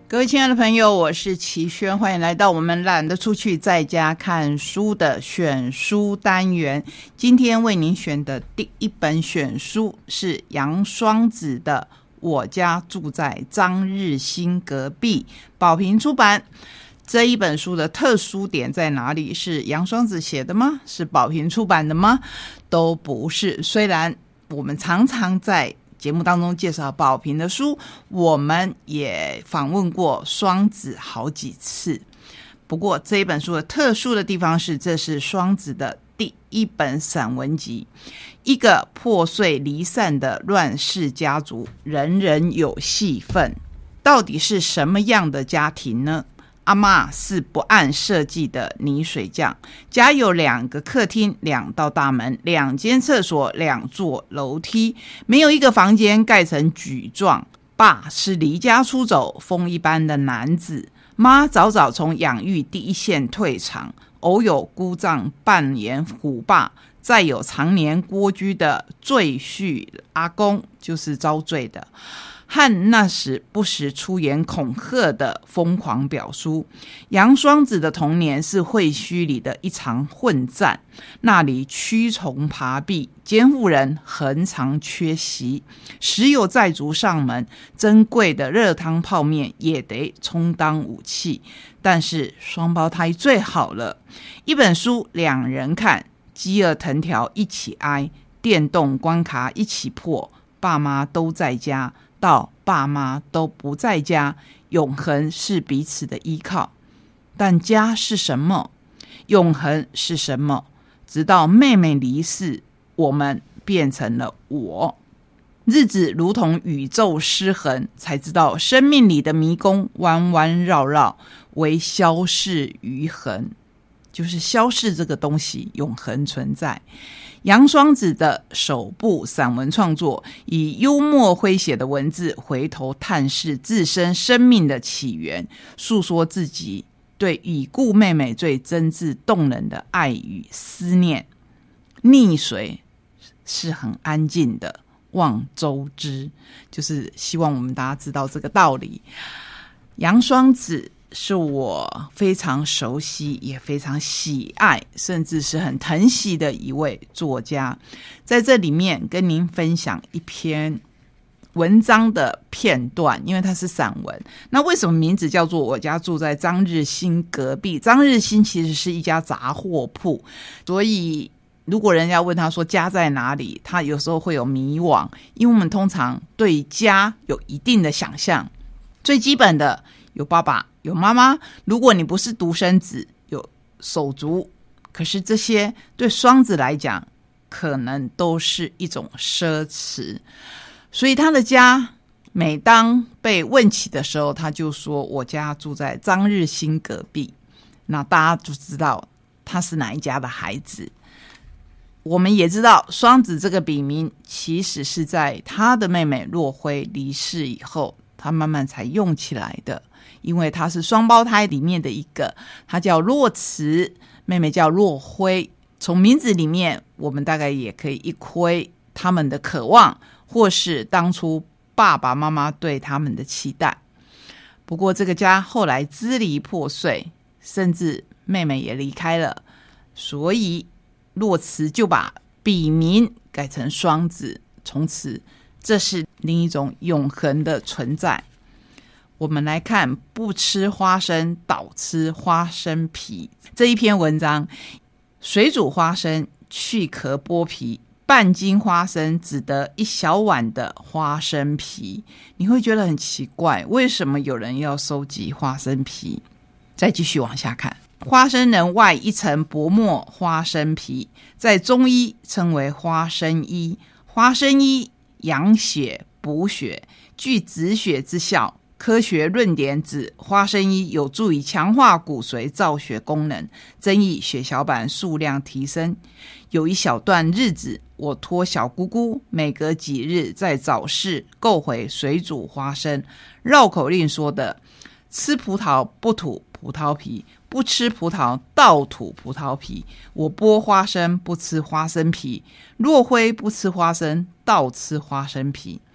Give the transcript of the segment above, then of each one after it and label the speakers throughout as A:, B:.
A: 各位亲爱的朋友，我是齐轩，欢迎来到我们懒得出去在家看书的选书单元。今天为您选的第一本选书是杨双子的《我家住在张日新隔壁》，宝瓶出版。这一本书的特殊点在哪里？是杨双子写的吗？是宝瓶出版的吗？都不是。虽然我们常常在节目当中介绍宝瓶的书，我们也访问过双子好几次。不过这一本书的特殊的地方是，这是双子的第一本散文集。一个破碎离散的乱世家族，人人有戏份。到底是什么样的家庭呢？阿嬷是不按设计的泥水匠，家有2个客厅、2道大门、2间厕所、2座楼梯，没有一个房间盖成矩状。爸是离家出走风一般的男子，妈早早从养育第一线退场，偶有姑丈扮演虎爸，再有常年蜗居的赘婿阿公，就是遭罪的，和那时不时出言恐吓的疯狂表叔。杨双子的童年是废墟里的一场混战，那里蛆虫爬壁，监护人恒常缺席，时有债主上门，珍贵的热汤泡面也得充当武器。但是双胞胎最好了，一本书2人看，饥饿藤条一起挨，电动关卡一起破，爸妈都在家到爸妈都不在家，永恒是彼此的依靠。但家是什么？永恒是什么？直到妹妹离世，我们变成了我。日子如同宇宙失衡，才知道生命里的迷宫弯弯绕绕，为消逝余恒，就是消逝这个东西永恒存在。杨双子的首部散文创作，以幽默诙谐的文字回头探视自身生命的起源，诉说自己对已故妹妹最真挚动人的爱与思念。溺水是很安静的，望周知，就是希望我们大家知道这个道理。杨双子是我非常熟悉也非常喜爱，甚至是很疼惜的一位作家。在这里面跟您分享一篇文章的片段，因为它是散文。那为什么名字叫做我家住在张日新隔壁？张日新其实是一家杂货铺，所以如果人家问他说家在哪里，他有时候会有迷惘，因为我们通常对家有一定的想象。最基本的有爸爸有妈妈，如果你不是独生子有手足，可是这些对双子来讲可能都是一种奢侈。所以他的家每当被问起的时候，他就说我家住在张日新隔壁，那大家就知道他是哪一家的孩子。我们也知道双子这个笔名其实是在他的妹妹若辉离世以后他慢慢才用起来的，因为他是双胞胎里面的一个，他叫若慈，妹妹叫若辉。从名字里面我们大概也可以一窥他们的渴望，或是当初爸爸妈妈对他们的期待。不过这个家后来支离破碎，甚至妹妹也离开了，所以若慈就把笔名改成双子，从此这是另一种永恒的存在。我们来看不吃花生倒吃花生皮这一篇文章。水煮花生去壳剥皮，半斤花生只得1小碗的花生皮。你会觉得很奇怪，为什么有人要收集花生皮？再继续往下看，花生仁外一层薄膜花生皮，在中医称为花生衣。花生衣养血补血，具止血之效。科学论点指花生衣有助于强化骨髓造血功能，增益血小板数量提升。有一小段日子，我托小姑姑每隔几日在早市购回水煮花生。绕口令说的吃葡萄不吐葡萄皮，不吃葡萄倒吐葡萄皮。我剥花生不吃花生皮，若辉不吃花生倒吃花生皮。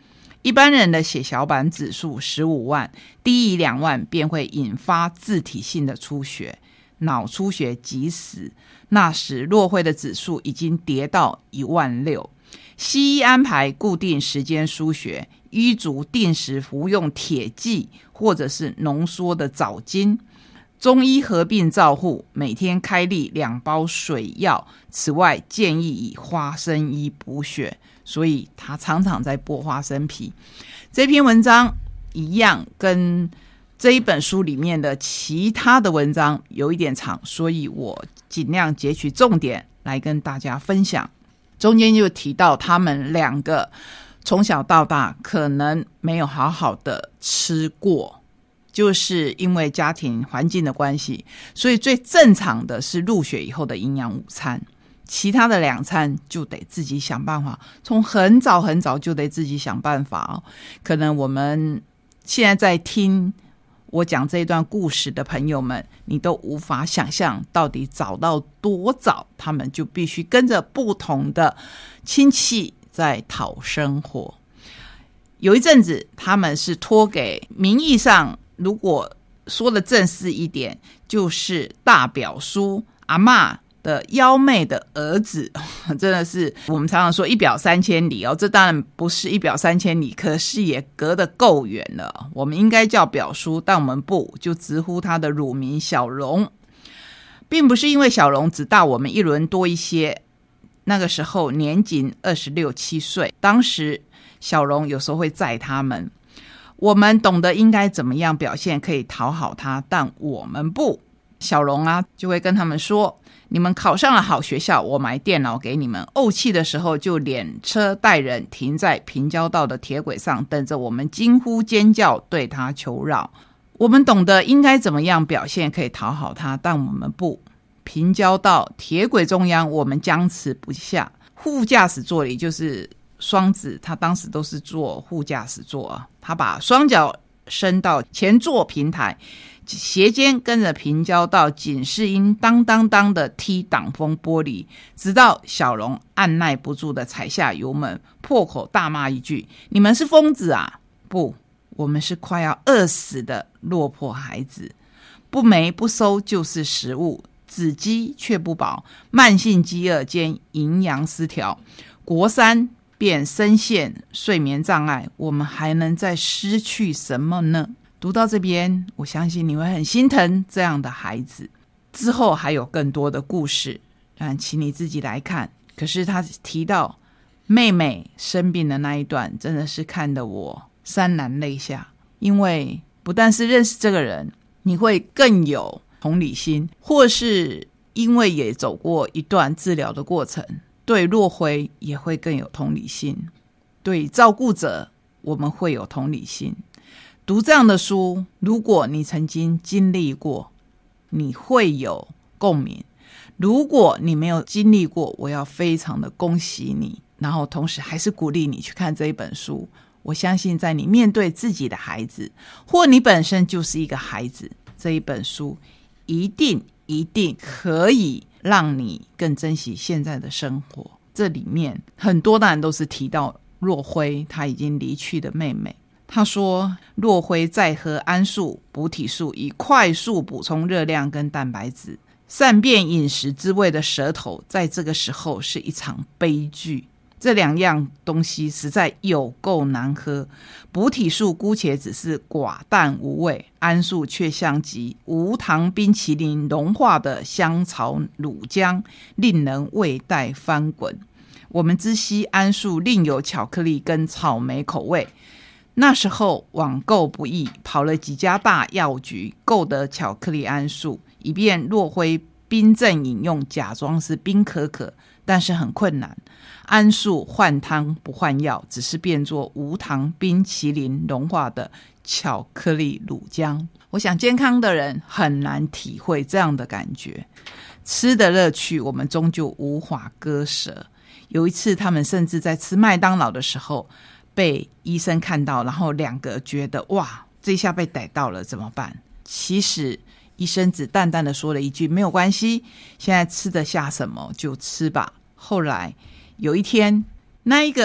A: 一般人的血小板指数15万，低于2万便会引发自体性的出血，脑出血即死。那时洛辉的指数已经跌到16000。西医安排固定时间输血，医嘱定时服用铁剂或者是浓缩的藻精。中医合并照护，每天开立2包水药，此外建议以花生衣补血，所以他常常在剥花生皮。这篇文章一样跟这一本书里面的其他的文章有一点长，所以我尽量截取重点来跟大家分享。中间就提到他们2个从小到大可能没有好好的吃过，就是因为家庭环境的关系，所以最正常的是入学以后的营养午餐，其他的2餐就得自己想办法，从很早很早就得自己想办法可能我们现在在听我讲这一段故事的朋友们，你都无法想象到底早到多早，他们就必须跟着不同的亲戚在讨生活。有一阵子他们是托给名义上，如果说的正式一点，就是大表叔阿嬷的幺妹的儿子，真的是我们常常说一表3000里这当然不是一表3000里，可是也隔得够远了。我们应该叫表叔，但我们不，就直呼他的乳名小荣，并不是因为小荣只大我们1轮多一些，那个时候年仅26、27岁，当时小荣有时候会载他们，我们懂得应该怎么样表现可以讨好他，但我们不。小荣就会跟他们说，你们考上了好学校，我买电脑给你们。怄气的时候就敛车带人停在平交道的铁轨上，等着我们惊呼尖叫，对他求饶。我们懂得应该怎么样表现可以讨好他，但我们不。平交道铁轨中央，我们僵持不下。副驾驶座里就是双子，他当时都是坐副驾驶座他把双脚伸到前座平台，斜肩跟着平交道警示音当当当的踢挡风玻璃，直到小荣按耐不住的踩下油门，破口大骂一句，你们是疯子啊！不，我们是快要饿死的落魄孩子。不没不收就是食物，子饥却不饱，慢性饥饿兼营养失调，国3便深陷睡眠障碍，我们还能再失去什么呢？读到这边，我相信你会很心疼这样的孩子。之后还有更多的故事，但请你自己来看。可是他提到妹妹生病的那一段，真的是看得我潸然泪下。因为不但是认识这个人，你会更有同理心，或是因为也走过一段治疗的过程，对洛辉也会更有同理心，对照顾者我们会有同理心。读这样的书，如果你曾经经历过，你会有共鸣；如果你没有经历过，我要非常的恭喜你，然后同时还是鼓励你去看这一本书。我相信在你面对自己的孩子，或你本身就是一个孩子，这一本书一定可以让你更珍惜现在的生活。这里面很多当然都是提到洛辉他已经离去的妹妹。他说洛辉在喝桉树补体素，以快速补充热量跟蛋白质。善辨饮食滋味的舌头在这个时候是一场悲剧，这2样东西实在有够难喝。补体素姑且只是寡淡无味，桉树却像极无糖冰淇淋融化的香草乳浆，令人胃袋翻滚。我们知悉桉树另有巧克力跟草莓口味，那时候网购不易，跑了几家大药局购得巧克力桉树，以便洛辉冰镇饮用，假装是冰可可，但是很困难。桉树换汤不换药，只是变作无糖冰淇淋融化的巧克力乳浆。我想健康的人很难体会这样的感觉，吃的乐趣我们终究无法割舍。有一次他们甚至在吃麦当劳的时候被医生看到，然后2个觉得哇，这一下被逮到了怎么办？其实医生只淡淡的说了一句，没有关系，现在吃得下什么就吃吧。后来有一天，那一个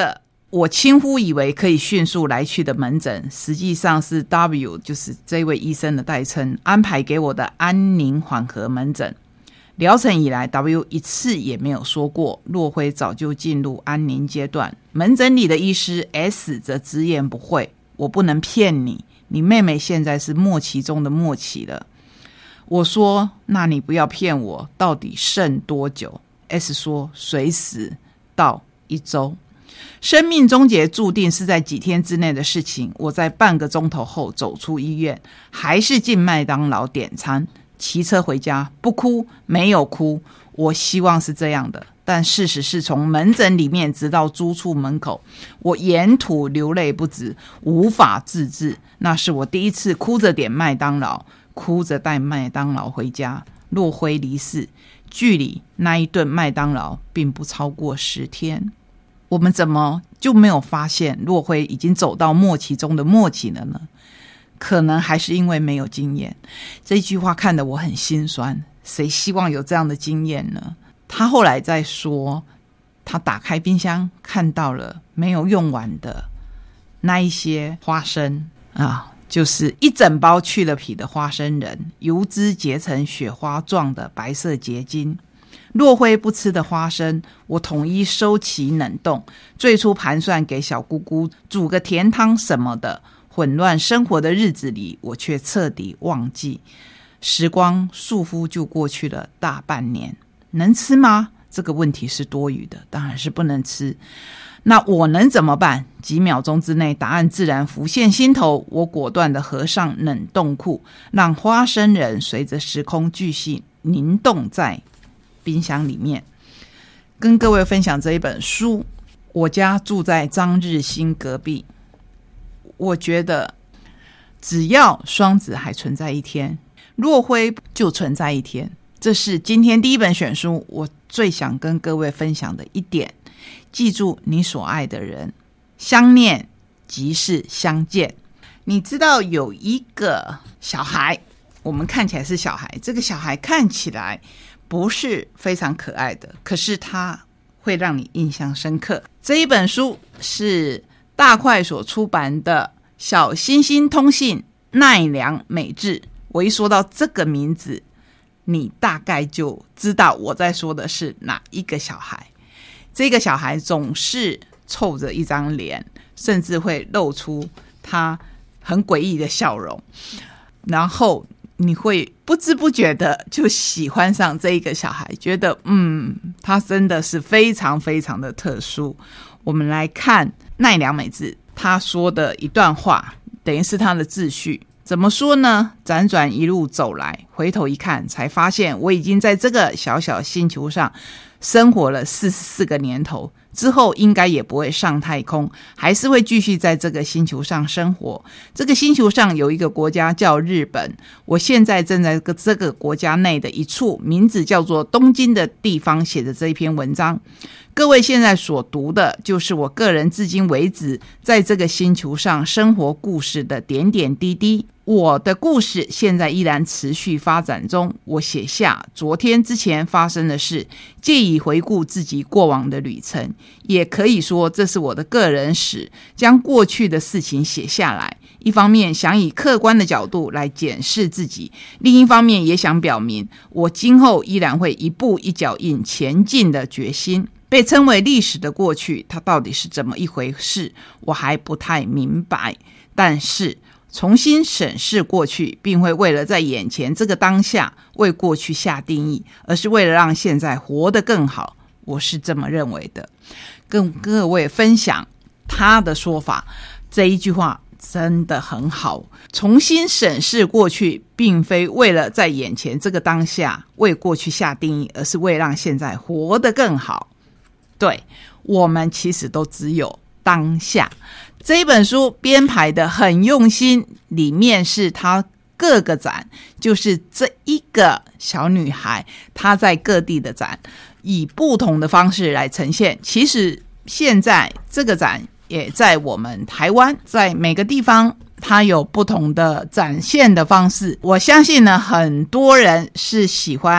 A: 我轻忽以为可以迅速来去的门诊，实际上是 W 就是这位医生的代称，安排给我的安宁缓和门诊。疗程以来 W 一次也没有说过洛辉早就进入安宁阶段，门诊里的医师 S 则直言不讳，我不能骗你，你妹妹现在是末期中的末期了。我说那你不要骗我，到底剩多久？ S 说随时到1周，生命终结注定是在几天之内的事情。我在半个钟头后走出医院，还是进麦当劳点餐，骑车回家，不哭，没有哭。我希望是这样的，但事实是从门诊里面直到住处门口，我沿途流泪不止，无法自制。那是我第一次哭着点麦当劳，哭着带麦当劳回家。洛辉离世，距离那一顿麦当劳并不超过10天。我们怎么就没有发现洛辉已经走到末期中的末期了呢？可能还是因为没有经验。这一句话看得我很心酸，谁希望有这样的经验呢？他后来在说，他打开冰箱看到了没有用完的那一些花生啊，就是一整包去了皮的花生仁，油脂结成雪花状的白色结晶。洛辉不吃的花生，我统一收起冷冻，最初盘算给小姑姑煮个甜汤什么的。混乱生活的日子里，我却彻底忘记。时光倏忽就过去了大半年，能吃吗？这个问题是多余的，当然是不能吃。那我能怎么办？几秒钟之内，答案自然浮现心头。我果断地合上冷冻库，让花生仁随着时空巨细凝冻在冰箱里面。跟各位分享这一本书。我家住在张日新隔壁，我觉得只要双子还存在一天，洛辉就存在一天。这是今天第一本选书，我最想跟各位分享的一点。记住你所爱的人，相念即是相见。你知道有一个小孩，我们看起来是小孩，这个小孩看起来不是非常可爱的，可是他会让你印象深刻。这一本书是大块所出版的小星星通信奈良美智。我一说到这个名字，你大概就知道我在说的是哪一个小孩。这个小孩总是臭着一张脸，甚至会露出他很诡异的笑容，然后你会不知不觉的就喜欢上这一个小孩，觉得他真的是非常非常的特殊。我们来看奈良美智他说的一段话，等于是他的自序。怎么说呢？辗转一路走来，回头一看，才发现我已经在这个小小星球上生活了44个年头，之后应该也不会上太空，还是会继续在这个星球上生活。这个星球上有一个国家叫日本，我现在正在这个国家内的一处名字叫做东京的地方写的这一篇文章。各位现在所读的就是我个人至今为止在这个星球上生活故事的点点滴滴。我的故事现在依然持续发展中，我写下昨天之前发生的事，借以回顾自己过往的旅程，也可以说这是我的个人史，将过去的事情写下来。一方面想以客观的角度来检视自己，另一方面也想表明我今后依然会一步一脚印前进的决心。被称为历史的过去，它到底是怎么一回事，我还不太明白。但是重新审视过去，并会为了在眼前这个当下为过去下定义，而是为了让现在活得更好，我是这么认为的。跟各位分享他的说法，这一句话真的很好。重新审视过去，并非为了在眼前这个当下为过去下定义，而是为了让现在活得更好。对，我们其实都只有当下。这一本书编排的很用心，里面是他各个展，就是这一个小女孩她在各地的展，以不同的方式来呈现。其实现在这个展也在我们台湾，在每个地方它有不同的展现的方式。我相信呢，很多人是喜欢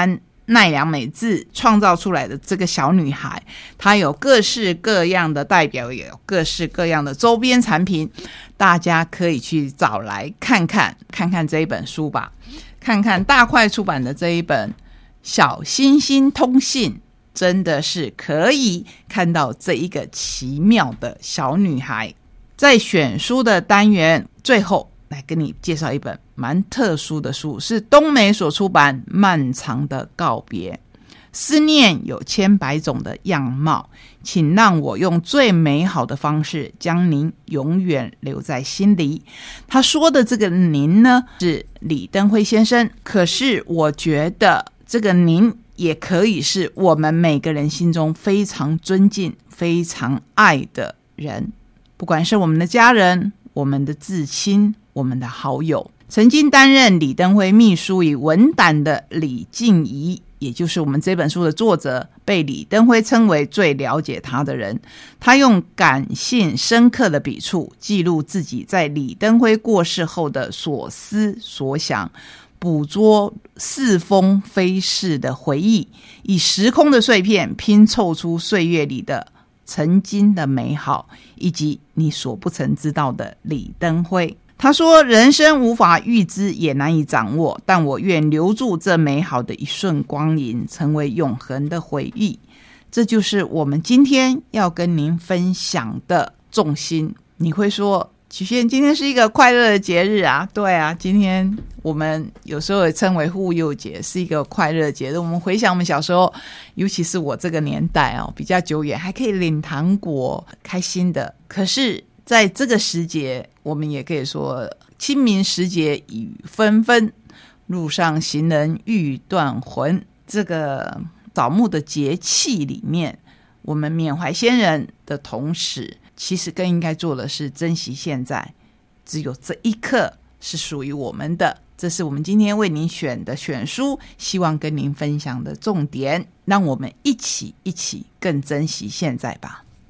A: 奈良美智创造出来的这个小女孩，她有各式各样的代表，也有各式各样的周边产品，大家可以去找来看看这一本书吧，看看大块出版的这一本小星星通信，真的是可以看到这一个奇妙的小女孩。在选书的单元最后来跟你介绍一本蛮特殊的书，是东美所出版《漫长的告别》。思念有千百种的样貌，请让我用最美好的方式将您永远留在心里。他说的这个您呢，是李登辉先生，可是我觉得这个您也可以是我们每个人心中非常尊敬非常爱的人，不管是我们的家人、我们的至亲、我们的好友。曾经担任李登辉秘书与文胆的李静怡，也就是我们这本书的作者，被李登辉称为最了解他的人。他用感性深刻的笔触记录自己在李登辉过世后的所思所想，捕捉似风飞逝的回忆，以时空的碎片拼凑出岁月里的曾经的美好，以及你所不曾知道的李登辉。他说，人生无法预知也难以掌握，但我愿留住这美好的一瞬光阴，成为永恒的回忆。这就是我们今天要跟您分享的重心。你会说，启轩，今天是一个快乐的节日啊。对啊，今天我们有时候也称为妇幼节，是一个快乐的节日。我们回想我们小时候，尤其是我这个年代比较久远，还可以领糖果，开心的。可是在这个时节，我们也可以说清明时节雨纷纷，路上行人欲断魂。这个扫墓的节气里面，我们缅怀先人的同时，其实更应该做的是珍惜现在，只有这一刻是属于我们的。这是我们今天为您选的选书，希望跟您分享的重点，让我们一起更珍惜现在吧。